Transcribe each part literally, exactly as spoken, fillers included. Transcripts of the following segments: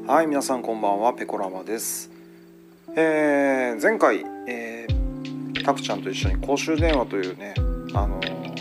はい、皆さんこんばんは、ペコラマです。えー、前回、えー、タクちゃんと一緒に公衆電話というね、あのー、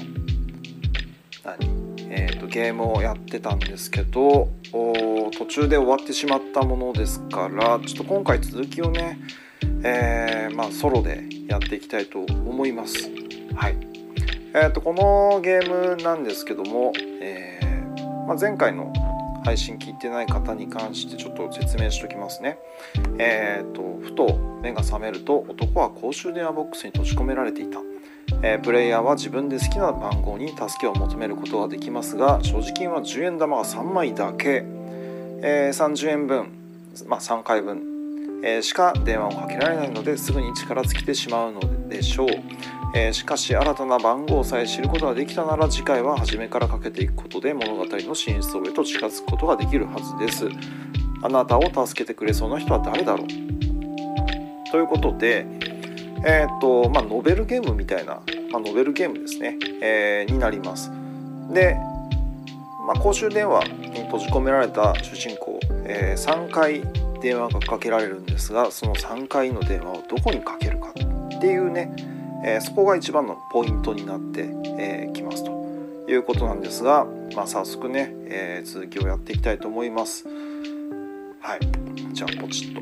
何、えーと、ゲームをやってたんですけど、途中で終わってしまったものですから、ちょっと今回続きをね、えー、まあソロでやっていきたいと思います。はい。えーと、このゲームなんですけども、えーまあ、前回の配信聞いてない方に関してちょっと説明しておきますね。えーと、ふと目が覚めると男は公衆電話ボックスに閉じ込められていた。えー、プレイヤーは自分で好きな番号に助けを求めることができますが、所持金はじゅうえん玉がさんまいだけ、えー、さんじゅうえんぶん、まあ、さんかいぶん、えー、しか電話をかけられないのですぐに力尽きてしまうのでしょう。えー、しかし新たな番号さえ知ることができたなら、次回は初めからかけていくことで物語の真相へと近づくことができるはずです。あなたを助けてくれそうな人は誰だろうということで、えーとまあ、ノベルゲームみたいな、まあ、ノベルゲームですね、えー、になります。で、まあ、公衆電話に閉じ込められた主人公、えー、さんかい電話がかけられるんですが、そのさんかいの電話をどこにかけるかっていうね、えー、そこが一番のポイントになってき、えー、ますということなんですが、まあ、早速ね、えー、続きをやっていきたいと思います。はい、じゃあポチッと、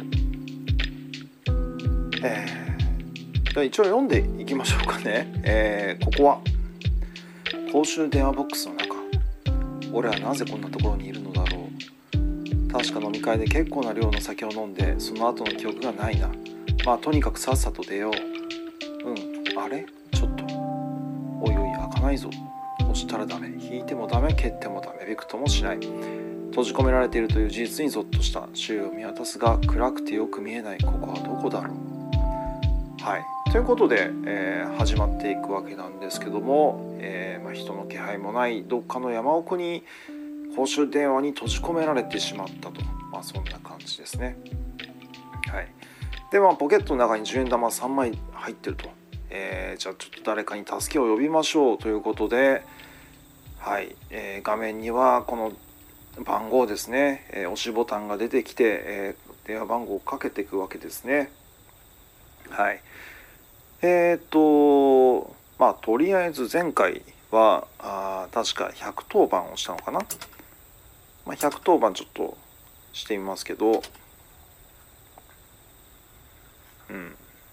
えー、一応読んでいきましょうかね。えー、ここは公衆電話ボックスの中。俺はなぜこんなところにいるのだろう。確か飲み会で結構な量の酒を飲んで、その後の記憶がないな。まあとにかくさっさと出よう。うんあれちょっと、おいおい開かないぞ。押したらダメ、引いてもダメ、蹴ってもダメ、びくともしない。閉じ込められているという事実にゾッとした。周囲を見渡すが暗くてよく見えない。ここはどこだろう。はい、ということで、えー、始まっていくわけなんですけども、えーまあ、人の気配もないどっかの山奥に公衆電話に閉じ込められてしまったと、まあ、そんな感じですね。はい、でまあポケットの中にじゅうえん玉さんまい入ってると。えー、じゃあちょっと誰かに助けを呼びましょうということで、はい、えー、画面にはこの番号ですね、えー、押しボタンが出てきて、えー、電話番号をかけていくわけですね。はい、えっ、ー、とまあとりあえず前回はあ確かひゃくとおばんをしたのかな、まあ、ひゃくとおばんちょっとしてみますけど、うん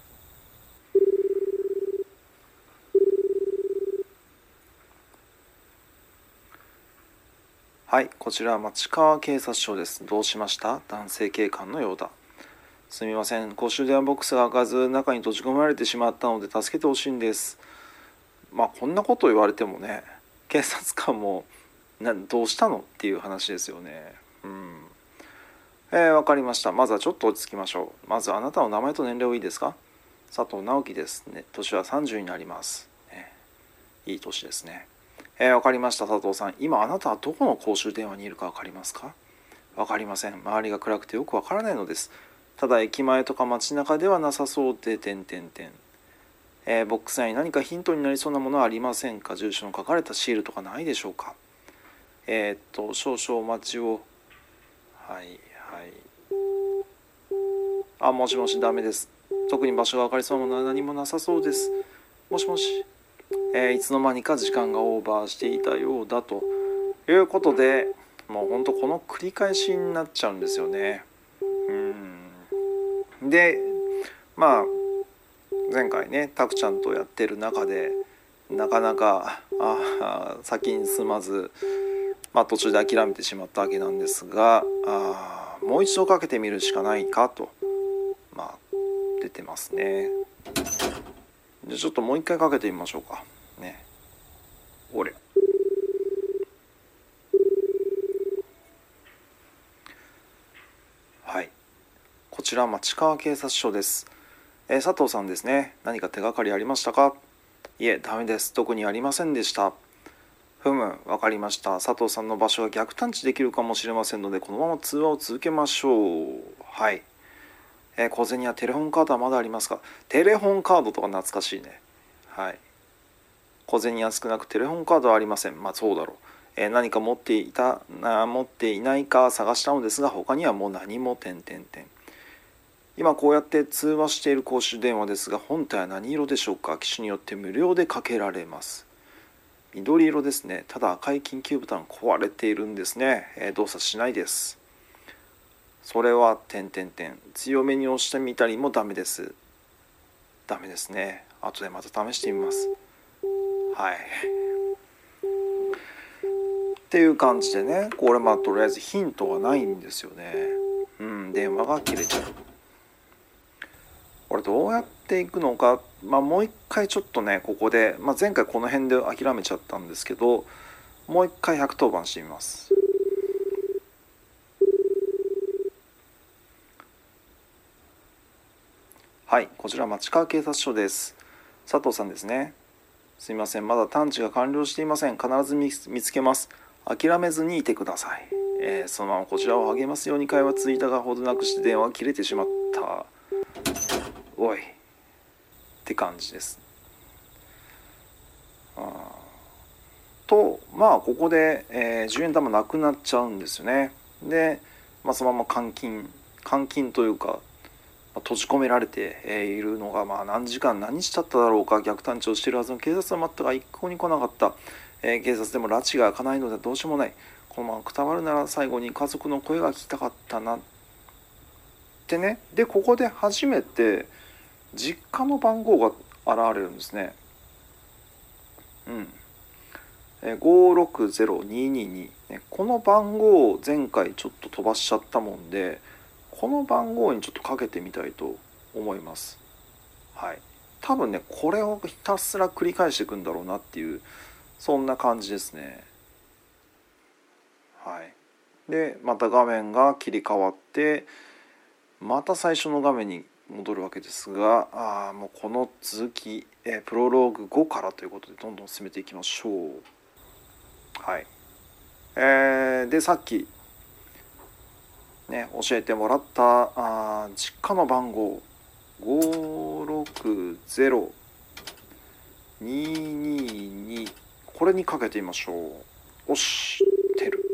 はい、こちら町川警察署です。どうしました？男性警官のようだ。すみません、公衆電話ボックスが開かず中に閉じ込められてしまったので助けてほしいんです。まあこんなこと言われてもね、警察官もなどうしたのっていう話ですよね。うん。えー、わかりました。まずはちょっと落ち着きましょう。まずあなたの名前と年齢をいいですか？佐藤直樹ですね。年はさんじゅうになります。ね、いい年ですね。えー、わかりました。佐藤さん、今あなたはどこの公衆電話にいるかわかりますか？わかりません。周りが暗くてよくわからないのです。ただ駅前とか街中ではなさそうで、点点点。えー、ボックス内に何かヒントになりそうなものはありませんか？住所の書かれたシールとかないでしょうか？えー、っと、少々お待ちを。はい、はい。あ、もしもし、ダメです。特に場所が分かりそうなものは何もなさそうです。もしもし。えー、いつの間にか時間がオーバーしていたようだということで、もうほんとこの繰り返しになっちゃうんですよね。うんでまあ前回ねタクちゃんとやってる中でなかなかあ先に進まず、まあ、途中で諦めてしまったわけなんですが、あもう一度かけてみるしかないかと、まあ、出てますね。じゃちょっともう一回かけてみましょうかね。俺はい、こちら町川警察署です。えー、佐藤さんですね。何か手がかりありましたか？いえ、ダメです。特にありませんでした。ふむ、わかりました。佐藤さんの場所が逆探知できるかもしれませんので、このまま通話を続けましょう。はい。えー、小銭やテレホンカードはまだありますか？テレホンカードとか懐かしいね。はい。小銭は少なくテレホンカードはありません。まあそうだろう。 えー、何か持っていたな持っていないか探したのですが、他にはもう何も点々点。今こうやって通話している公衆電話ですが、本体は何色でしょうか。機種によって無料でかけられます。緑色ですね。ただ赤い緊急ボタン壊れているんですね。えー、動作しないです。それは点々点。強めに押してみたりもダメです。ダメですね。後でまた試してみます。はい。っていう感じでね、これまあとりあえずヒントはないんですよね。うん、電話が切れちゃう。これどうやっていくのか、まあ、もう一回ちょっとねここで、まあ、前回この辺で諦めちゃったんですけど、もう一回ひゃくとおばんしてみます。はい、こちら町川警察署です。佐藤さんですね。すいません、まだ探知が完了していません。必ず見つけます。諦めずにいてください。えー、そのままこちらを励ますように会話ついたがほどなくして電話が切れてしまった。おいって感じです。あとまあここで、えー、じゅうえん玉なくなっちゃうんですよね。で、まあ、そのまま監禁監禁というか、まあ、閉じ込められているのが、まあ、何時間何日経っただろうか。逆探知をしているはずの警察は待ったが一向に来なかった。えー、警察でも拉致が開かないのでどうしようもない。このままくたばるなら最後に家族の声が聞きたかったなってね。でここで初めて実家の番号が現れるんですね。うんごろくゼロににに、この番号を前回ちょっと飛ばしちゃったもんで、この番号にちょっとかけてみたいと思います。はい、多分ねこれをひたすら繰り返していくんだろうなっていう、そんな感じですね。はい、でまた画面が切り替わってまた最初の画面に戻るわけですが、あもうこの続き、えプロローグごからということでどんどん進めていきましょう。はい、えー、でさっきね教えてもらったあ実家の番号ごろくゼロににに、これにかけてみましょう。押してる。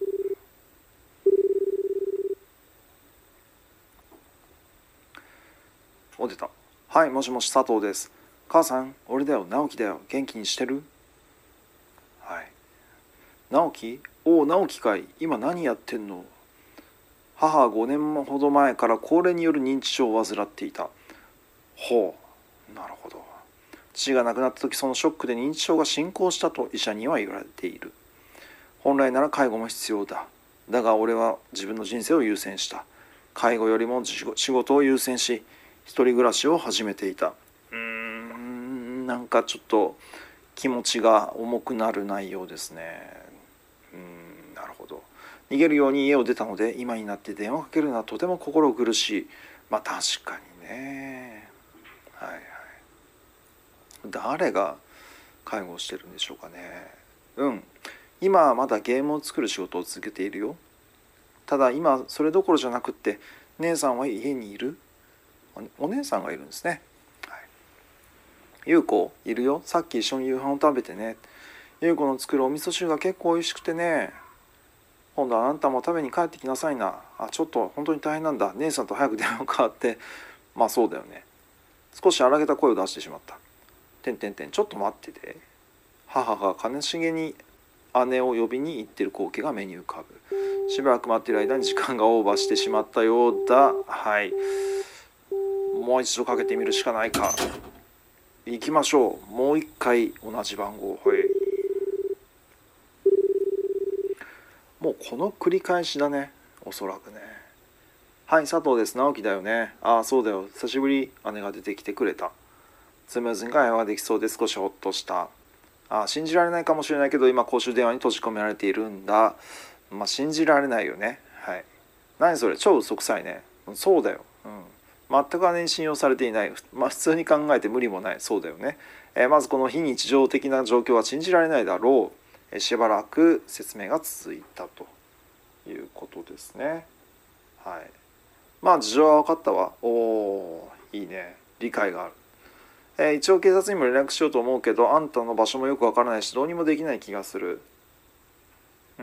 お、出た。はい、もしもし佐藤です。母さん、俺だよ、直樹だよ、元気にしてる？はい。直樹？おお、直樹かい。今何やってんの？母はごねんほど前から高齢による認知症を患っていた。ほう、なるほど。父が亡くなった時、そのショックで認知症が進行したと医者には言われている。本来なら介護も必要だ。だが俺は自分の人生を優先した。介護よりも仕事を優先し、一人暮らしを始めていた。うーん、なんかちょっと気持ちが重くなる内容ですね。うーん、なるほど。逃げるように家を出たので、今になって電話かけるのはとても心苦しい。まあ確かにね。はいはい。誰が介護をしてるんでしょうかね。うん。今はまだゲームを作る仕事を続けているよ。ただ今それどころじゃなくって、姉さんは家にいる？お姉さんがいるんですね。はい、優子いるよ。さっき一緒に夕飯を食べてね。優子の作るお味噌汁が結構美味しくてね。今度はあんたも食べに帰ってきなさいな。あ、ちょっと本当に大変なんだ。姉さんと早く電話変わって。まあそうだよね。少し荒げた声を出してしまった。てんてんてん、ちょっと待ってて。母が悲しげに姉を呼びに行ってる光景が目に浮かぶ。しばらく待っている間に時間がオーバーしてしまったようだ。はい。もう一度かけてみるしかないか。行きましょう。もう一回同じ番号。はい。もうこの繰り返しだね。おそらくね。はい、佐藤です。直樹だよね。ああ、そうだよ。久しぶり姉が出てきてくれた。スムーズに会話ができそうで少しほっとした。ああ、信じられないかもしれないけど今公衆電話に閉じ込められているんだ。まあ信じられないよね。はい。何それ、超嘘くさいね。そうだよ。うん。全く姉に信用されていない。まあ普通に考えて無理もない。そうだよね。えー、まずこの非日常的な状況は信じられないだろう。えー、しばらく説明が続いたということですね。はい。まあ事情は分かったわ。おお、いいね。理解がある。えー、一応警察にも連絡しようと思うけど、あんたの場所もよく分からないしどうにもできない気がする。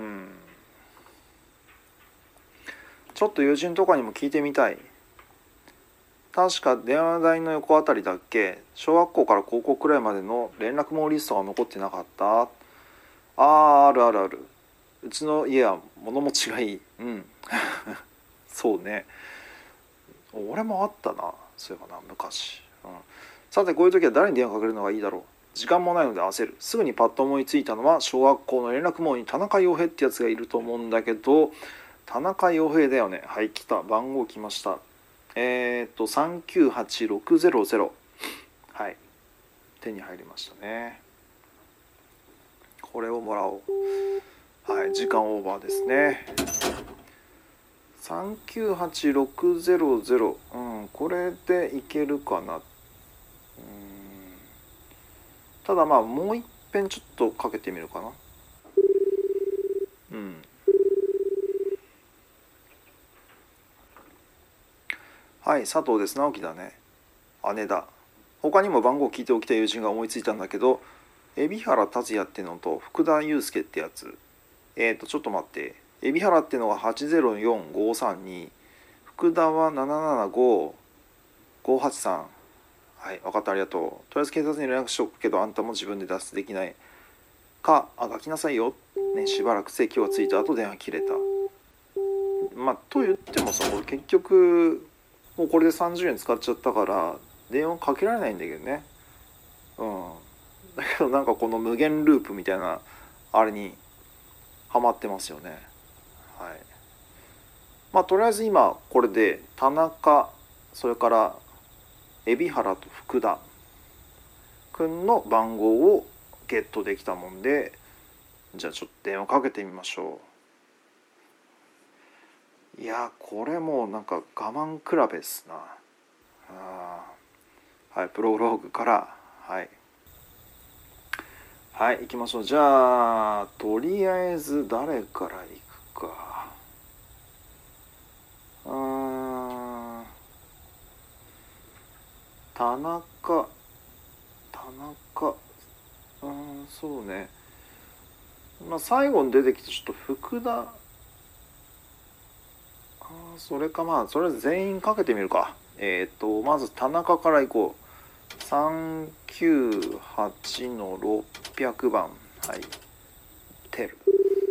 ちょっと友人とかにも聞いてみたい。確か電話台の横あたりだっけ、小学校から高校くらいまでの連絡網リストが残ってなかった？ああ、あるあるある。うちの家は物持ちがいい。うんそうね、俺もあったな、そういえばな、昔、うん、さてこういう時は誰に電話かけるのがいいだろう。時間もないので焦る。すぐにパッと思いついたのは、小学校の連絡網に田中洋平ってやつがいると思うんだけど、田中洋平だよね。はい、来た。番号来ました。えー、っとさんきゅうはちろくゼロゼロ、はい、手に入りましたね。これをもらおう。はい、時間オーバーですね。さんきゅうはちろくゼロゼロ、うん、これでいけるかな。うん、ただまあもう一遍ちょっとかけてみるかな。うん。はい、佐藤です。直樹だね。姉だ。他にも番号を聞いておきたい友人が思いついたんだけど、海老原達也ってのと福田祐介ってやつ。えーとちょっと待って。海老原ってのがはちゼロよんごさんに、福田はななななごごはちさん。はい、分かった、ありがとう。とりあえず警察に連絡しておくけど、あんたも自分で脱出できないか、あ、書きなさいよ。ね、しばらく席がついた後電話切れた。まあ、と言ってもさ、俺結局、もうこれでさんじゅうえん使っちゃったから、電話かけられないんだけどね。うん。だけどなんかこの無限ループみたいな、あれにハマってますよね。はい。まあ、とりあえず今、これで、田中、それから、海老原と福田くんの番号をゲットできたもんで、じゃあちょっと電話かけてみましょう。いやこれもうなんか我慢比べっすな。あ、はい、プロローグから、はいはい行きましょう。じゃあとりあえず誰から行くか。うーん、田中田中うん、そうね。まあ最後に出てきてちょっと福田、あ、それか、まあそれ全員かけてみるか。えっ、ー、とまず田中からいこう。さんきゅうはちのろっぴゃくばん、はい、テル。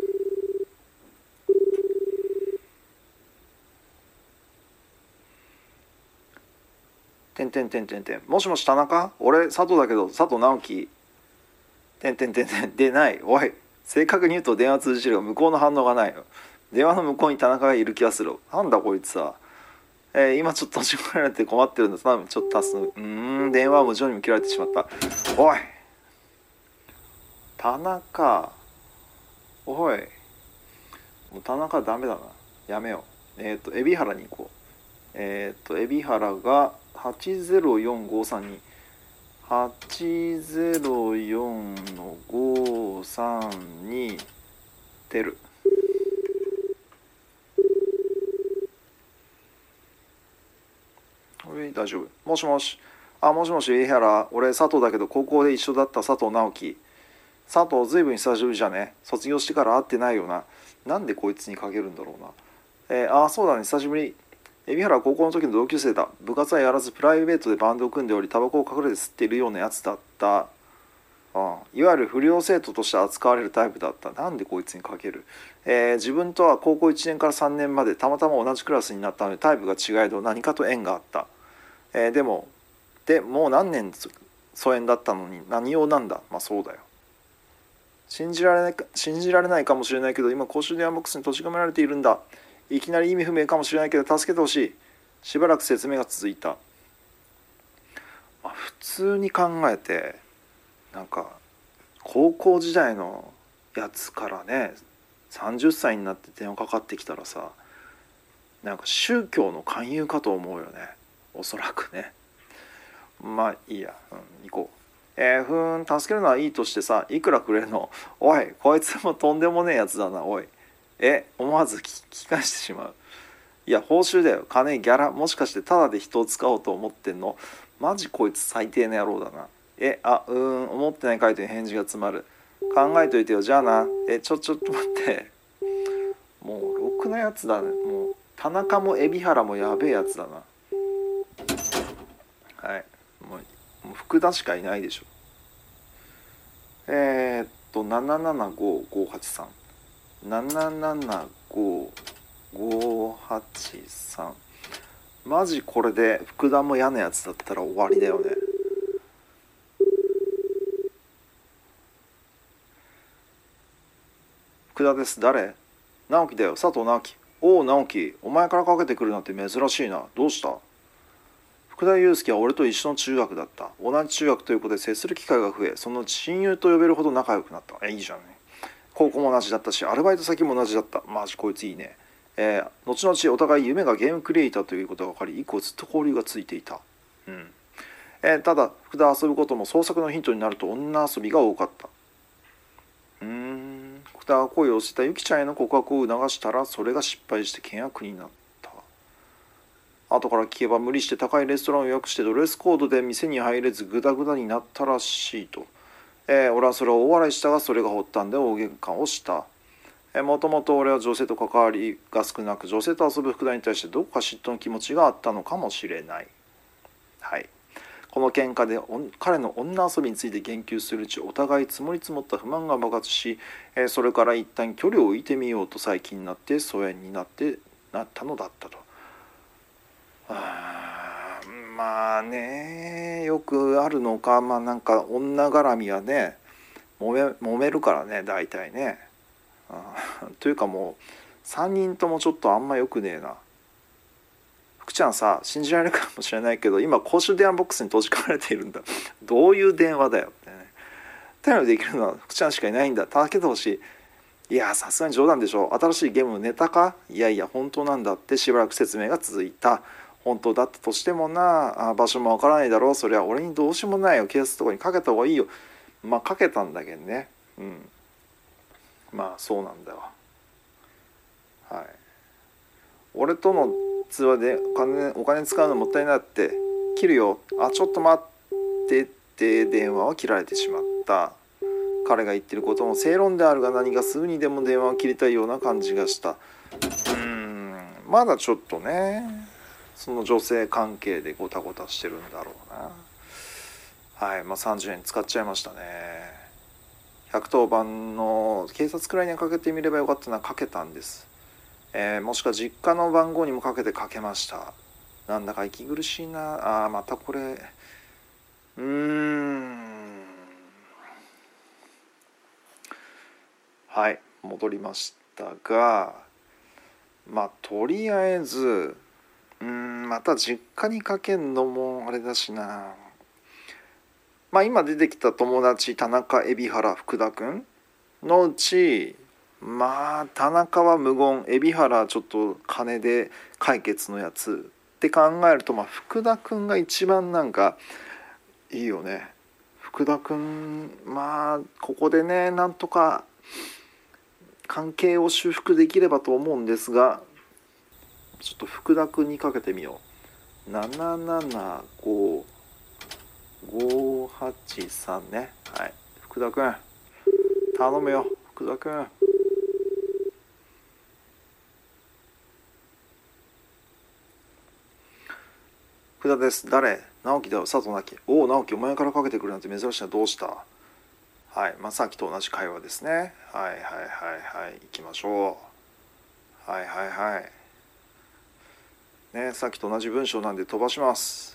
てんてんてんてんてん、もしもし田中、俺佐藤だけど佐藤直樹。てんてんてんてん、出ない。おい、正確に言うと電話通じるが向こうの反応がないよ。電話の向こうに田中がいる気がする。なんだこいつさ。えー、今ちょっと閉じ込められて困ってるんです。多分ちょっと足す。うーん、電話は無情にも切られてしまった。おい田中、おい、もう田中ダメだな。やめよう。えっ、ー、と海老原に行こう。えっ、ー、と海老原がはちゼロよんごさんに、はちゼロよんのごさんにテル。大丈夫。もしもし。あ、もしもし、海老原。俺、佐藤だけど、高校で一緒だった佐藤直樹。佐藤、ずいぶん久しぶりじゃね。卒業してから会ってないよな。なんでこいつにかけるんだろうな。えー、あ、そうだね、久しぶり。海老原は高校の時の同級生だ。部活はやらず、プライベートでバンドを組んでおり、タバコを隠れて吸っているようなやつだった。ああ、いわゆる不良生徒として扱われるタイプだった。なんでこいつにかける。えー、自分とは高校いちねんからさんねんまでたまたま同じクラスになったのでタイプが違えど何かと縁があった。えー、でもでもう何年疎遠だったのに何用なんだ。まあそうだよ。信じられないか信じられないかもしれないけど今公衆電話ボックスに閉じ込められているんだ。いきなり意味不明かもしれないけど助けてほしい。しばらく説明が続いた。まあ、普通に考えてなんか高校時代のやつからねさんじゅっさいになって電話かかってきたらさ、なんか宗教の勧誘かと思うよね、おそらくね。まあいいや、うん、行こう。えー、ふーん、助けるのはいいとしてさ、いくらくれるの。おい、こいつもとんでもねえやつだな。おい、え、思わず聞き返してしまう。いや報酬だよ、金、ギャラ、もしかしてタダで人を使おうと思ってんの。マジこいつ最低な野郎だな。え、あ、うーん、思ってないかいという返事が詰まる。考えといてよ、じゃあな。え、ちょちょっと待って、もうろくなやつだね。もう田中も海老原もやべえやつだな。はい、もう、もう福田しかいないでしょ。えー、っとななななごごはちさんななななごごはちさん、マジこれで福田も嫌なやつだったら終わりだよね。福田です。誰？直樹だよ。佐藤直樹。おお直樹、お前からかけてくるなんて珍しいな。どうした？福田祐介は俺と一緒の中学だった。同じ中学ということで接する機会が増え、そのうち親友と呼べるほど仲良くなった。えいいじゃんね。高校も同じだったし、アルバイト先も同じだった。マジこいついいね。えー、後々お互い夢がゲームクリエイターということが分かり、以降ずっと交流がついていた。うん。えー、ただ福田は遊ぶことも創作のヒントになると女遊びが多かった。うーん。福田が恋をしてたゆきちゃんへの告白を促したら、それが失敗して険悪になった。後から聞けば無理して高いレストランを予約してドレスコードで店に入れずグダグダになったらしいと。えー、俺はそれを大笑いしたが、それが発端で大喧嘩をした。もともと俺は女性と関わりが少なく、女性と遊ぶ福田に対してどこか嫉妬の気持ちがあったのかもしれない。はい。この喧嘩で彼の女遊びについて言及するうち、お互い積もり積もった不満が爆発し、えー、それから一旦距離を置いてみようと最近になって疎遠になってなったのだったと。あまあね、よくあるのか。まあなんか女絡みはね、揉め、揉めるからね大体ね。あというかもうさんにんともちょっとあんまよくねえな。福ちゃんさ、信じられるかもしれないけど今公衆電話ボックスに閉じ込められているんだ。どういう電話だよってね。頼りできるのは福ちゃんしかいないんだ。助けてほしい。いやさすがに冗談でしょ。新しいゲームのネタか？いやいや本当なんだって。しばらく説明が続いた。本当だったとしてもな、あ場所もわからないだろう。そりゃ俺にどうしようもないよ。警察とかにかけた方がいいよ。まあかけたんだけどね。うん。まあそうなんだよ。はい。俺との通話でお金、お金使うのもったいないって切るよ。あ、ちょっと待ってって電話を切られてしまった。彼が言ってることも正論であるが、何かすぐにでも電話を切りたいような感じがした。うーん、まだちょっとね、その女性関係でゴタゴタしてるんだろうな。はい、まあさんじゅうえん使っちゃいましたね。ひゃくとおばんの警察くらいにはかけてみればよかったな。かけたんです。えー、もしくは実家の番号にもかけてかけました。なんだか息苦しいなあ。またこれうーんはい戻りましたが、まあとりあえずうーんまた実家にかけんのもあれだしな。まあ今出てきた友達田中、海老原、福田くんのうち、まあ田中は無言、海老原ちょっと金で解決のやつって考えると、まあ福田くんが一番なんかいいよね。福田くん、まあここでねなんとか関係を修復できればと思うんですが、ちょっと福田くんにかけてみよう。ななななごごはちさんね。はい、福田くん頼むよ。福田くん。福田です。誰？直樹だよ。佐藤直樹。おお直樹、お前からかけてくるなんて珍しいな。どうした？はい、まあさっきと同じ会話ですね。はいはいはいはい、行きましょう。はいはいはいね、さっきと同じ文章なんで飛ばします。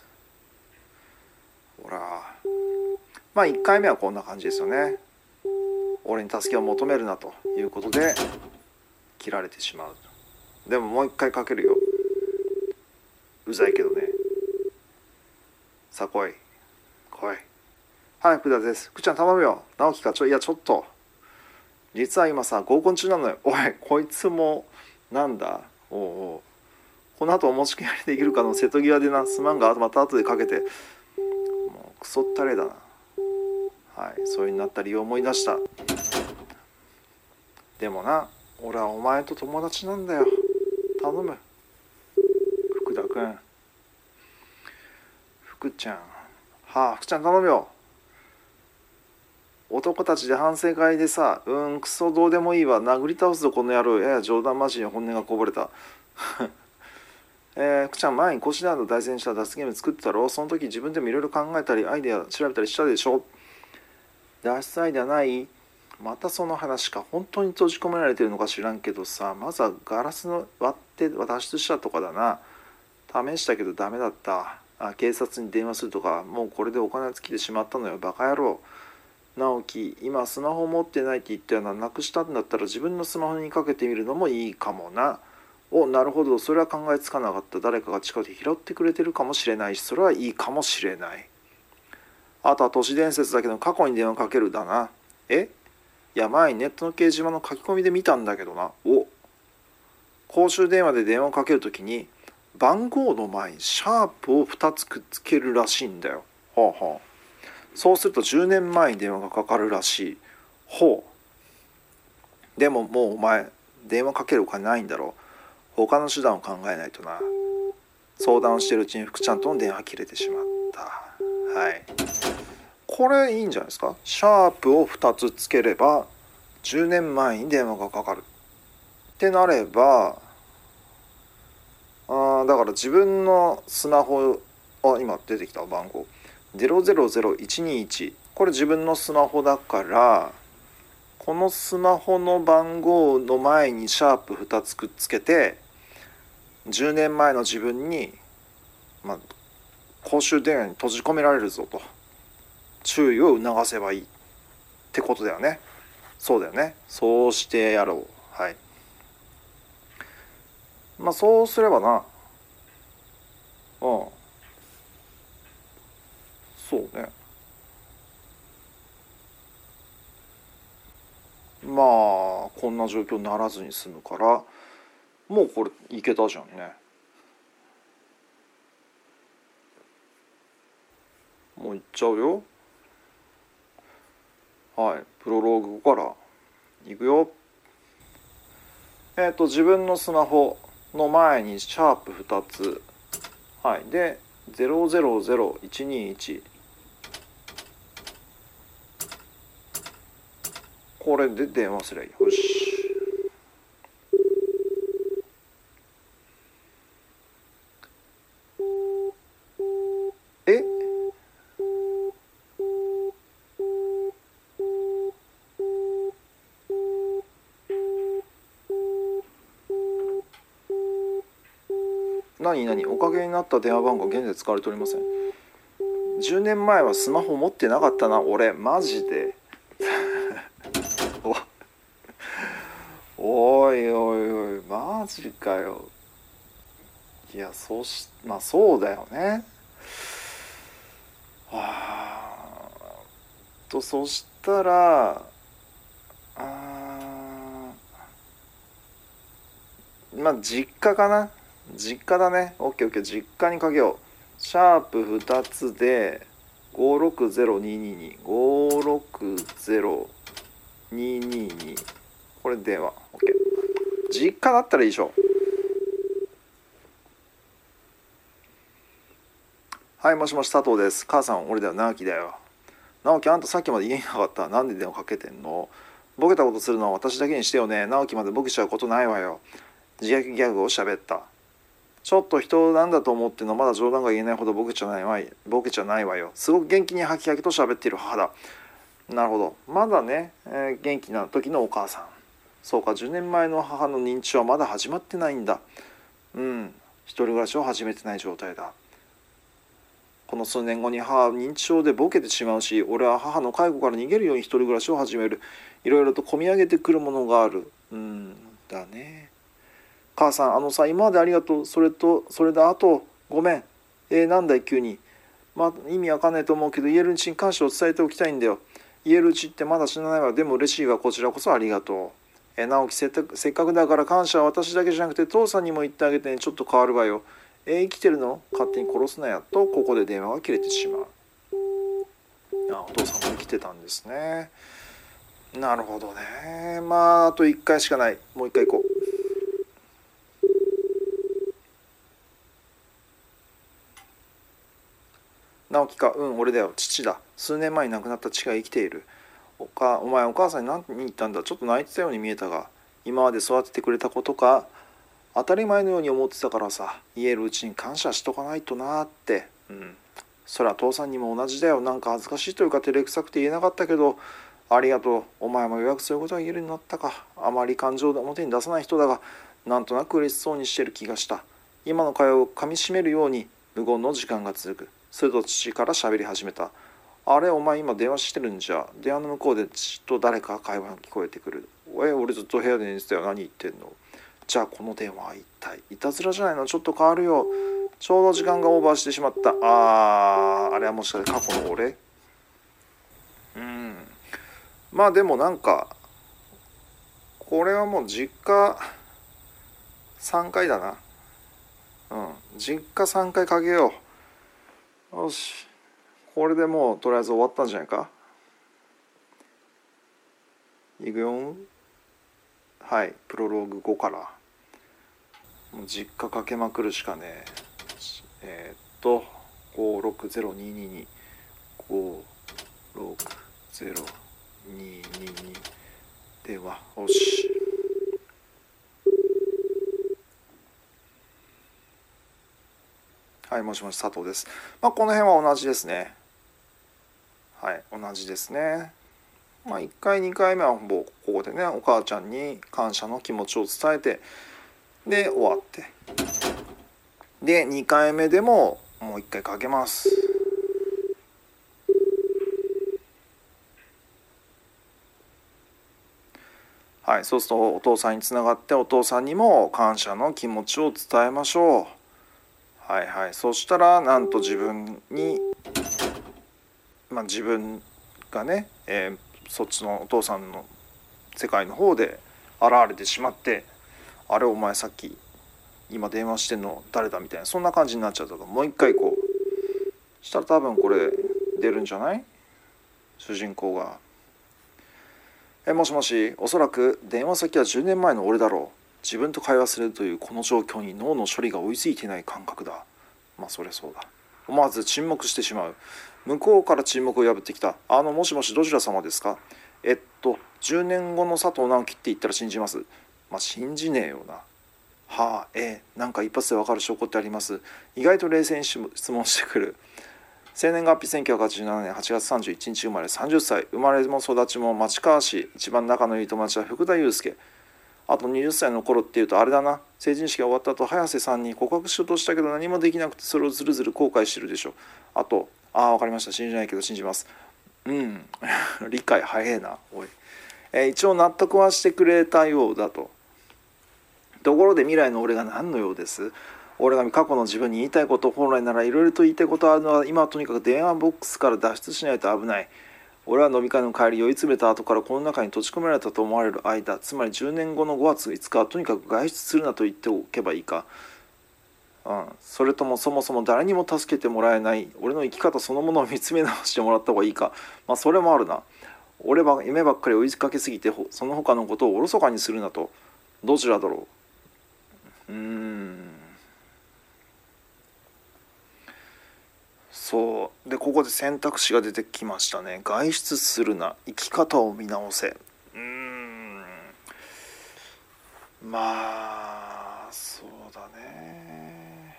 ほら、まあいっかいめはこんな感じですよね。俺に助けを求めるなということで切られてしまう。でももう一回かけるよ。うざいけどね。さあ来い来い。はい、福田です。福ちゃん頼むよ。直樹か。ちょいやちょっと実は今さ合コン中なのよ。おいこいつもなんだ。おうおう、この後お持ち帰りできるかの瀬戸際でな。すまんがまた後でかけて。もうクソったれだな。はい、そういうになった理由を思い出した。でもな、俺はお前と友達なんだよ。頼む福田くん。福ちゃん。はあ、福ちゃん頼むよ。男たちで反省会でさ、うんクソどうでもいいわ。殴り倒すぞこの野郎。やや冗談交じりに本音がこぼれた。 えー、福ちゃん前に腰ダウンの大前した脱ゲーム作ってたろ。その時自分でもいろいろ考えたりアイデア調べたりしたでしょ。脱出アイデアない？またその話か。本当に閉じ込められてるのか知らんけどさ、まずはガラスの割って脱出したとかだな。試したけどダメだった。あ、警察に電話するとか、もうこれでお金尽きてしまったのよ、バカ野郎。直樹、今スマホ持ってないって言ったような、なくしたんだったら自分のスマホにかけてみるのもいいかもな。お、なるほど、それは考えつかなかった。誰かが近くで拾ってくれてるかもしれないし、それはいいかもしれない。あとは都市伝説だけど過去に電話かけるだな。え、いや前にネットの掲示板の書き込みで見たんだけどな。お、公衆電話で電話をかけるときに番号の前にシャープをふたつくっつけるらしいんだよ。はあはあ。そうするとじゅうねんまえに電話がかかるらしい。ほう。でももうお前電話かけるお金ないんだろう。他の手段を考えないとな。相談をしているうちに福ちゃんとの電話切れてしまった。はい。これいいんじゃないですか。シャープをふたつつければじゅうねんまえに電話がかかるってなれば、あだから自分のスマホ、あ今出てきた番号ゼロゼロゼロいちにいち、これ自分のスマホだから、このスマホの番号の前にシャープふたつくっつけてじゅうねんまえの自分に、まあ、公衆電話に閉じ込められるぞと注意を促せばいいってことだよね。そうだよね。そうしてやろう。はい。まあそうすればな、うん、そうね。まあこんな状況にならずに済むから、もうこれいけたじゃんね。もういっちゃうよ。はい、プロローグからいくよ。えっ、ー、と自分のスマホの前にシャープふたつ、はいでゼロゼロゼロいちにいち、これで電話すりゃいい。よし。え何何、おかげになった電話番号現在使われておりません。じゅうねんまえはスマホ持ってなかったな俺、マジでおいおいおいマジかよ。いやそうしまあそうだよね。はあとそしたらあまあ実家かな。実家だね。オッケーオッケー、実家にかけよう。シャープふたつでごろくゼロににに ごろくゼロににに、これ電話。オッケー。実家だったらいいでしょ。はい、もしもし佐藤です。母さん俺だよ、直樹だよ。直樹、あんたさっきまで家にいなかった。なんで電話かけてんの。ボケたことするのは私だけにしてよね。直樹までボケちゃうことないわよ。自虐ギャグを喋った。ちょっと人なんだと思ってんの、まだ冗談が言えないほどボケちゃないわいボケちゃないわよ。すごく元気にハキハキと喋っている母だ。なるほど、まだね、えー、元気な時のお母さん。そうか、じゅうねんまえの母の認知はまだ始まってないんだ。うん、一人暮らしを始めてない状態だ。この数年後に母は認知症でボケてしまうし、俺は母の介護から逃げるように一人暮らしを始める。いろいろと込み上げてくるものがある。うんだね。母さん、あのさ、今までありがとう。それとそれであとごめん。えー、なんだい急に。まあ意味わかんないと思うけど、言えるうちに感謝を伝えておきたいんだよ。言えるうちってまだ死なないわ。でも嬉しいわ。こちらこそありがとう。えー、直樹、せっかくせっかくだから感謝は私だけじゃなくて父さんにも言ってあげてね。ちょっと変わるわよ。えー、生きてるの勝手に殺すなや。とここで電話が切れてしまう。あ、お父さんも生きてたんですね。なるほどね。まああといっかいしかない。もういっかい行こう。直樹か。うん、俺だよ。父だ。数年前に亡くなった父が生きている。おかお前お母さんに何言ったんだ。ちょっと泣いてたように見えたが、今まで育ててくれたことか当たり前のように思ってたからさ、言えるうちに感謝しとかないとなーって。うん。そりゃ父さんにも同じだよ。なんか恥ずかしいというか照れくさくて言えなかったけど、ありがとう。お前もようやくそういうことが言えるようになったか。あまり感情を表に出さない人だが、なんとなく嬉しそうにしてる気がした。今の会話をかみしめるように無言の時間が続く。すると父から喋り始めた。あれ、お前今電話してるんじゃ。電話の向こうで父と誰か会話が聞こえてくる。おい、俺ずっと部屋で寝てたよ。何言ってんの。じゃあこの電話は一体いたずらじゃないの。ちょっと変わるよ。ちょうど時間がオーバーしてしまった。あー、あれはもしかして過去の俺。うん。まあでもなんかこれはもう実家さんかいだな。うん、実家さんかいかけよう。よし、これでもうとりあえず終わったんじゃないか。いくよ。はい、プロローグごからもう実家かけまくるしかねえ。えー、っとごろくゼロににに ごろくゼロにににでは、よし。はい、もしもし佐藤です。まあこの辺は同じですね。はい、同じですね。まあいっかいにかいめはほぼここでね、お母ちゃんに感謝の気持ちを伝えてで終わって、でにかいめでももういっかいかけます。はい、そうするとお父さんにつながって、お父さんにも感謝の気持ちを伝えましょう。はいはい、そしたらなんと自分に、まあ、自分がね、えー、そっちのお父さんの世界の方で現れてしまって、あれお前さっき今電話してんの誰だみたいな、そんな感じになっちゃったと。もう一回こうしたら多分これ出るんじゃない、主人公が。えもしもし、おそらく電話先はじゅうねんまえの俺だろう。自分と会話するというこの状況に脳の処理が追いついていない感覚だ。まあそりゃそうだ。思わず沈黙してしまう。向こうから沈黙を破ってきた。あの、もしもし、どちら様ですか。えっとじゅうねんごの佐藤直樹って言ったら信じます。まあ信じねえよな。はあ、ええ、なんか一発でわかる証拠ってあります。意外と冷静に質問してくる。生年月日せんきゅうひゃくはちじゅうななねんはちがつさんじゅういちにち生まれ、さんじゅっさい。生まれも育ちも町川市。一番仲のいい友達は福田祐介。あとはたちの頃っていうとあれだな。成人式が終わった後早瀬さんに告白しようとしたけど何もできなくて、それをずるずる後悔してるでしょ。あと、ああ分かりました、信じないけど信じます。うん理解早えなおい。えー、一応納得はしてくれたようだと。ところで未来の俺が何のようです。俺が過去の自分に言いたいこと、本来ならいろいろと言いたいことあるのは、今はとにかく電話ボックスから脱出しないと危ない。俺は飲み会の帰り酔い詰めた後からこの中に閉じ込められたと思われる間、つまりじゅうねんごのごがついつかはとにかく外出するなと言っておけばいいか。うん、それともそもそも誰にも助けてもらえない俺の生き方そのものを見つめ直してもらった方がいいか。まあそれもあるな。俺は夢ばっかり追いかけすぎてその他のことをおろそかにするなと。どちらだろう。うーんそうで、ここで選択肢が出てきましたね。外出するな、生き方を見直せ。うーんまあそうだね。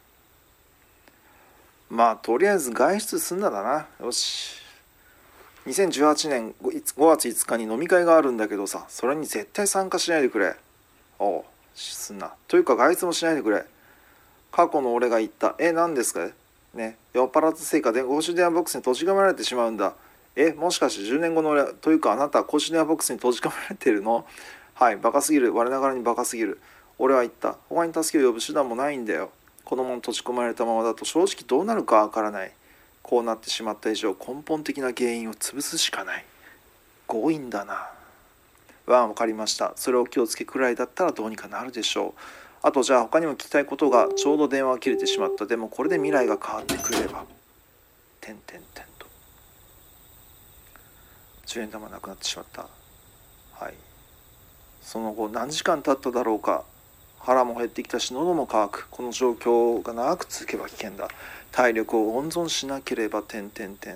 まあとりあえず外出すんなだな。よし、にせんじゅうはちねんごがついつかに飲み会があるんだけどさ、それに絶対参加しないでくれ。おう、すんなというか外出もしないでくれ。過去の俺が言った。え何ですかね、酔っ払ったせいかで公衆電話ボックスに閉じ込められてしまうんだ。えもしかしてじゅうねんごの俺というかあなたは公衆電話ボックスに閉じ込められているの。はい、バカすぎる。我ながらにバカすぎる。俺は言った。他に助けを呼ぶ手段もないんだよ。このまま閉じ込められたままだと正直どうなるかわからない。こうなってしまった以上根本的な原因を潰すしかない。強引だな。わあ、わかりました。それを気をつけくらいだったらどうにかなるでしょう。あとじゃあ他にも聞きたいことが。ちょうど電話が切れてしまった。でもこれで未来が変わってくれば。てんてんてんと。じゅうえん玉なくなってしまった。はい。その後何時間経っただろうか。腹も減ってきたし喉も渇く。この状況が長く続けば危険だ。体力を温存しなければ。てんてんてん。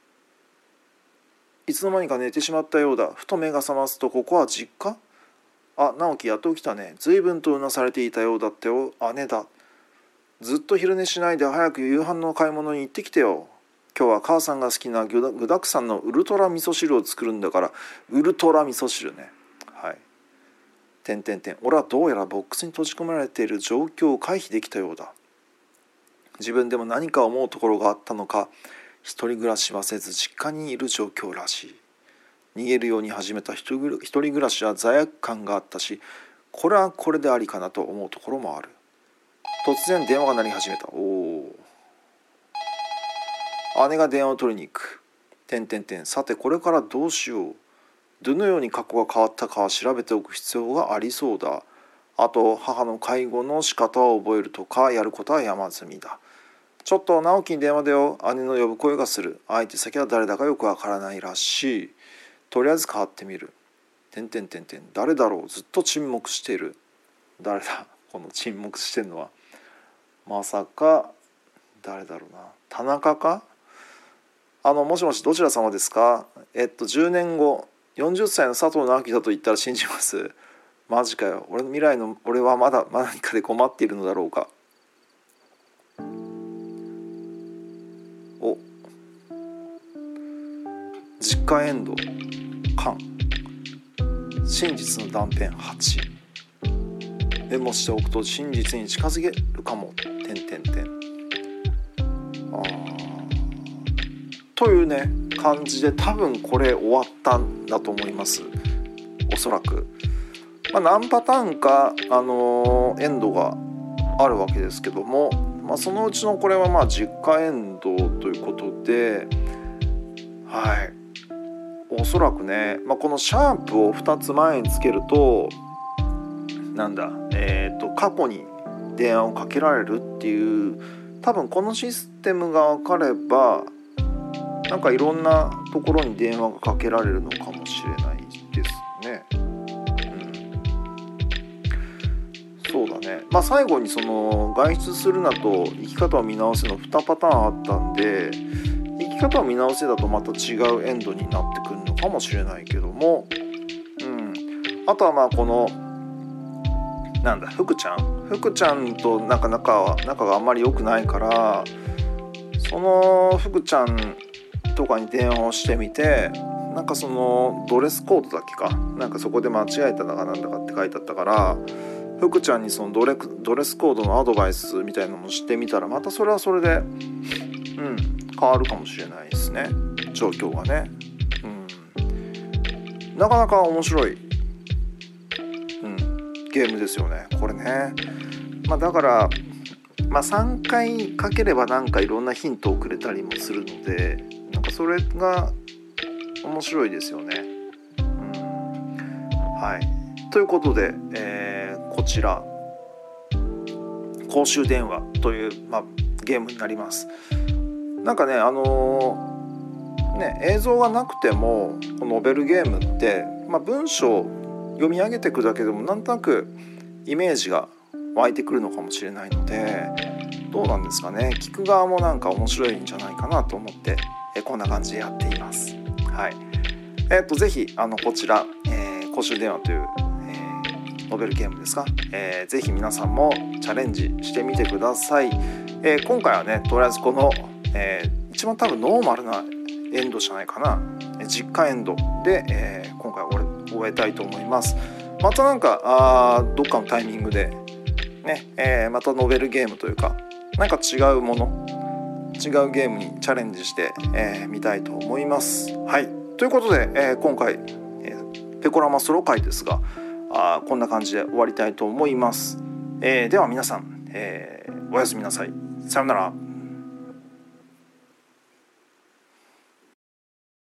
いつの間にか寝てしまったようだ。ふと目が覚ますとここは実家。 あ、直樹やっと起きたね。随分とうなされていたようだってよ。姉だ。ずっと昼寝しないで早く夕飯の買い物に行ってきてよ。今日は母さんが好きな具だ具だくさんのウルトラ味噌汁を作るんだから。ウルトラ味噌汁ね。はい。てんてんてん。俺はどうやらボックスに閉じ込められている状況を回避できたようだ。自分でも何か思うところがあったのか、一人暮らしはせず実家にいる状況らしい。逃げるように始めた一人暮らしは罪悪感があったし、これはこれでありかなと思うところもある。突然電話が鳴り始めた。おお。姉が電話を取りに行く。てんてんてん。さてこれからどうしよう。どのように過去が変わったかは調べておく必要がありそうだ。あと母の介護の仕方を覚えるとかやることは山積みだ。ちょっと直樹に電話だよ。姉の呼ぶ声がする。相手先は誰だかよくわからないらしい。とりあえず変わってみる。てんてんてんてん。誰だろう。ずっと沈黙している。誰だこの沈黙してるのは。まさか誰だろうな。田中か。あのもしもしどちら様ですか。えっとじゅうねんごよんじゅっさいの佐藤直樹だと言ったら信じます。マジかよ。俺の未来の俺はまだ何かで困っているのだろうか。お、実家エンドカン真実の断片はち。メモしておくと真実に近づけるかも。てんてんてん。あというね感じで多分これ終わったんだと思います。おそらく、まあ、何パターンか、あのー、エンドがあるわけですけども、まあ、そのうちのこれはまあ実家エンドということで、はい、おそらくね、まあ、このシャープをふたつまえにつけるとなんだ、えーと過去に電話をかけられるっていう、多分このシステムが分かればなんかいろんなところに電話がかけられるのかもしれないですね。うん、そうだね。まあ最後にその外出するなと生き方を見直せのにパターンあったんで、生き方を見直せだとまた違うエンドになってくるのかもしれないけども、うん、あとはまあこのなんだ福ちゃん福ちゃんとなんか仲仲があんまり良くないから、その福ちゃんとかに電話をしてみて、なんかそのドレスコードだっけかなんかそこで間違えただかなんだかって書いてあったから、福ちゃんにそのドレドレスコードのアドバイスみたいなのをしてみたら、またそれはそれで、うん、変わるかもしれないですね、状況がね。うん、なかなか面白い、うん、ゲームですよねこれね。まあだからまあさんかいかければなんかいろんなヒントをくれたりもするので、なんかそれが面白いですよね。うん、はい。ということで、えー、こちら公衆電話という、まあ、ゲームになります。なんかねあのー、ね映像がなくてもノベルゲームって、まあ、文章を読み上げていくだけでもなんとなくイメージが湧いてくるのかもしれないので、どうなんですかね、聞く側もなんか面白いんじゃないかなと思ってえこんな感じでやっています。はい。えっとぜひあのこちら、えー、公衆電話という、えー、ノベルゲームですか、えー、ぜひ皆さんもチャレンジしてみてください。えー、今回はねとりあえずこの、えー、一番多分ノーマルなエンドじゃないかな、実家エンドで、えー、今回終えたいと思います。またなんかあどっかのタイミングでね、えー、またノベルゲームというかなんか違うもの違うゲームにチャレンジしてみ、えー、たいと思います。はい、ということで、えー、今回、えー、ペコラマソロ会ですがあこんな感じで終わりたいと思います。えー、では皆さん、えー、おやすみなさい。さようなら。